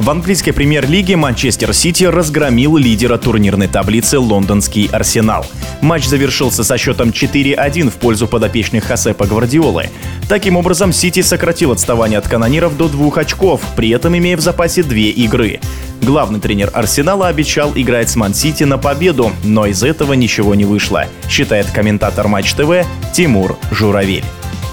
В английской премьер-лиге Манчестер Сити разгромил лидера турнирной таблицы лондонский Арсенал. Матч завершился со счетом 4-1 в пользу подопечных Хосепа Гвардиолы. Таким образом, Сити сократил отставание от канониров до 2 очков, при этом имея в запасе 2 игры. Главный тренер Арсенала обещал играть с Ман-Сити на победу, но из этого ничего не вышло, считает комментатор Матч ТВ Тимур Журавель.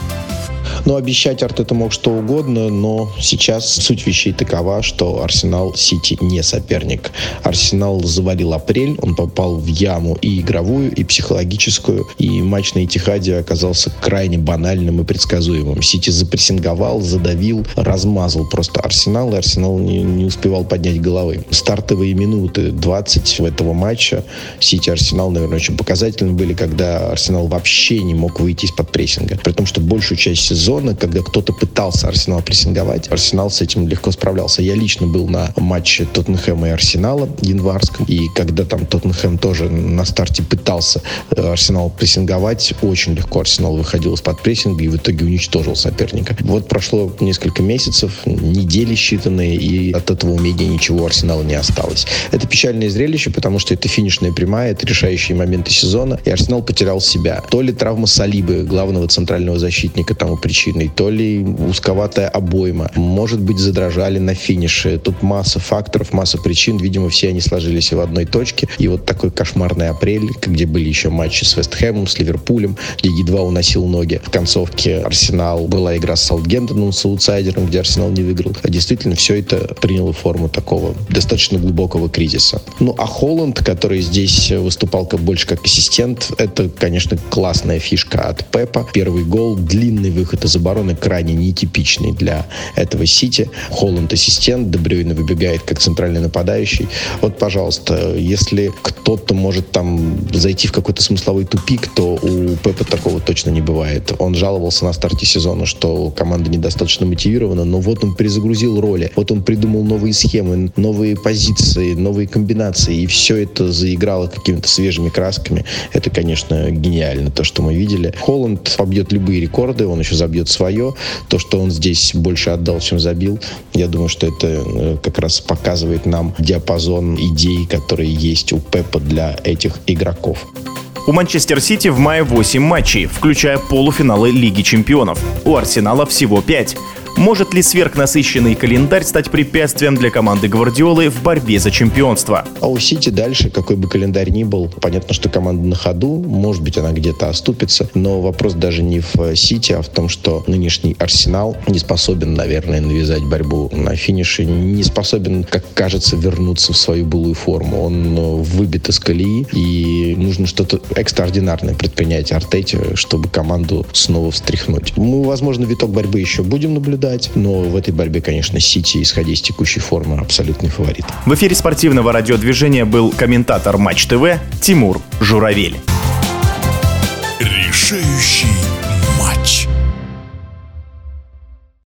Но обещать Артета мог что угодно, но сейчас суть вещей такова, что Арсенал Сити не соперник. Арсенал завалил апрель, он попал в яму и игровую, и психологическую, и матч на Этихаде оказался крайне банальным и предсказуемым. Сити запрессинговал, задавил, размазал просто Арсенал, и Арсенал не успевал поднять головы. Стартовые минуты 20 этого матча Сити-Арсенал, наверное, очень показательны были, когда Арсенал вообще не мог выйти из-под прессинга. При том, что большую часть сезона, когда кто-то пытался Арсенал прессинговать, Арсенал с этим легко справлялся. Я лично был на матче Тоттенхэма и Арсенала январском, и когда там Тоттенхэм тоже на старте пытался Арсенал прессинговать, очень легко Арсенал выходил из-под прессинга и в итоге уничтожил соперника. Вот прошло несколько месяцев, недели считанные, и от этого умения ничего у Арсенала не осталось. Это печальное зрелище, потому что это финишная прямая, это решающие моменты сезона, и Арсенал потерял себя. То ли травма Салибы, главного центрального защитника, тому причиной, то ли узковатая обойма. Может быть, задрожали на финише. Тут масса факторов, масса причин. Видимо, все они сложились в одной точке. И вот такой кошмарный апрель, где были еще матчи с Вест-Хэмом, с Ливерпулем, где едва уносил ноги. В концовке Арсенал была игра с Саутгемптоном, с аутсайдером, где Арсенал не выиграл. А действительно, все это приняло форму такого достаточно глубокого кризиса. Ну, а Холланд, который здесь выступал больше как ассистент, это, конечно, классная фишка от Пепа. Первый гол, длинный выход из обороны, крайне нетипичный для этого Сити. Холланд ассистент, Де Брюйне выбегает как центральный нападающий. Вот, пожалуйста, если кто-то может там зайти в какой-то смысловой тупик, то у Пепа такого точно не бывает. Он жаловался на старте сезона, что команда недостаточно мотивирована, но вот он перезагрузил роли, вот он придумал новые схемы, новые позиции, новые комбинации, и все это заиграло какими-то свежими красками. Это, конечно, гениально, то, что мы видели. Холланд побьет любые рекорды, он еще забьет свое. То, что он здесь больше отдал, чем забил, я думаю, что это как раз показывает нам диапазон идей, которые есть у Пепа для этих игроков. У Манчестер Сити в мае 8 матчей, включая полуфиналы Лиги Чемпионов. У Арсенала всего 5. Может ли сверхнасыщенный календарь стать препятствием для команды Гвардиолы в борьбе за чемпионство? А у Сити дальше, какой бы календарь ни был, понятно, что команда на ходу, может быть, она где-то оступится, но вопрос даже не в Сити, а в том, что нынешний Арсенал не способен, наверное, навязать борьбу на финише, не способен, как кажется, вернуться в свою былую форму. Он выбит из колеи, и нужно что-то экстраординарное предпринять Артете, чтобы команду снова встряхнуть. Мы, возможно, виток борьбы еще будем наблюдать, но в этой борьбе, конечно, Сити, исходя из текущей формы, абсолютный фаворит. В эфире спортивного радиодвижения был комментатор Матч ТВ Тимур Журавель. Решающий